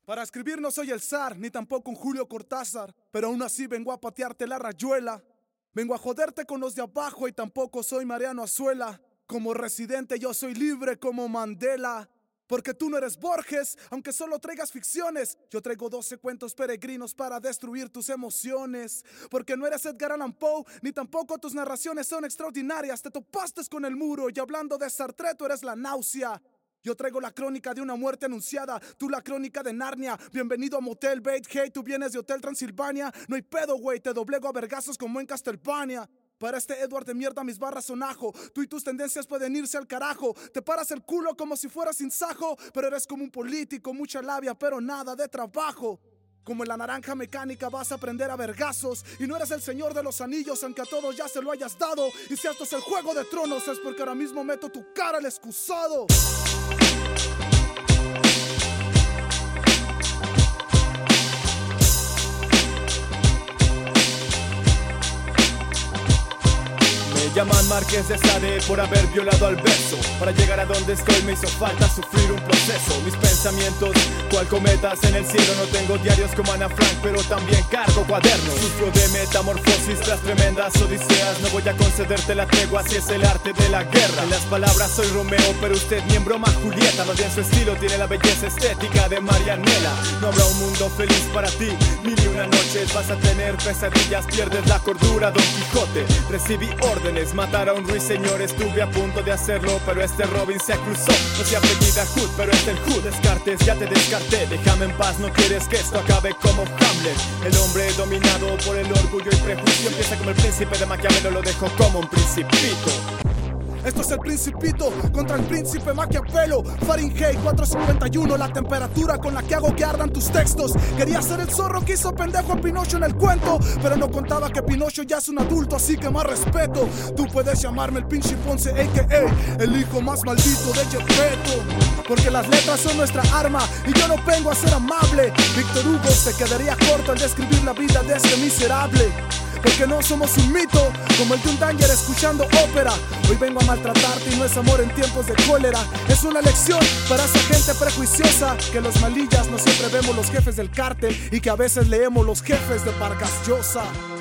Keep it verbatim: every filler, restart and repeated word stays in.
Para escribir no soy el zar, ni tampoco un Julio Cortázar, pero aún así vengo a patearte la rayuela. Vengo a joderte con los de abajo y tampoco soy Mariano Azuela. Como residente yo soy libre como Mandela. Porque tú no eres Borges, aunque solo traigas ficciones. Yo traigo doce cuentos peregrinos para destruir tus emociones. Porque no eres Edgar Allan Poe, ni tampoco tus narraciones son extraordinarias. Te topaste con el muro y hablando de Sartre tú eres la náusea. Yo traigo la crónica de una muerte anunciada, tú la crónica de Narnia. Bienvenido a Motel Bait, hey, tú vienes de Hotel Transilvania. No hay pedo, güey, te doblego a vergazos como en Castlevania. Para este Edward de mierda mis barras son ajo. Tú y tus tendencias pueden irse al carajo. Te paras el culo como si fueras sin sajo, pero eres como un político, mucha labia, pero nada de trabajo. Como en la naranja mecánica vas a aprender a vergazos. Y no eres el señor de los anillos, aunque a todos ya se lo hayas dado. Y si esto es el Juego de Tronos es porque ahora mismo meto tu cara al excusado. Llaman Marqués de Sade por haber violado al verso. Para llegar a donde estoy me hizo falta sufrir un proceso. Mis pensamientos, cual cometas en el cielo. No tengo diarios como Ana Frank, pero también cargo cuadernos. Sufro de metamorfosis tras tremendas odiseas. No voy a concederte la tregua si es el arte de la guerra. En las palabras soy Romeo, pero usted ni en broma Julieta. Más bien su estilo tiene la belleza estética de Marianela. No habrá un mundo feliz para ti, mil y una noches. Vas a tener pesadillas, pierdes la cordura, Don Quijote. Recibí órdenes, matar a un ruiseñor, estuve a punto de hacerlo, pero este Robin se cruzó. No se apellida Hood, pero es el Hood. Descartes, ya te descarté, déjame en paz, no quieres que esto acabe como Hamlet. El hombre dominado por el orgullo y prejuicio empieza como el príncipe de Maquiavelo, lo dejo como un principito. Esto es el Principito contra el príncipe Maquiavelo. Fahrenheit cuatrocientos cincuenta y uno, la temperatura con la que hago que ardan tus textos. Quería ser el zorro que hizo pendejo a Pinocho en el cuento, pero no contaba que Pinocho ya es un adulto, así que más respeto. Tú puedes llamarme el pinche Ponce, a k a el hijo más maldito de Gepetto. Porque las letras son nuestra arma y yo no vengo a ser amable. Víctor Hugo se quedaría corto al describir la vida de este miserable. Porque no somos un mito, como el de un danger escuchando ópera. Hoy vengo a maltratarte y no es amor en tiempos de cólera. Es una lección para esa gente prejuiciosa, que los malillas no siempre vemos los jefes del cártel y que a veces leemos los jefes de Vargas Llosa.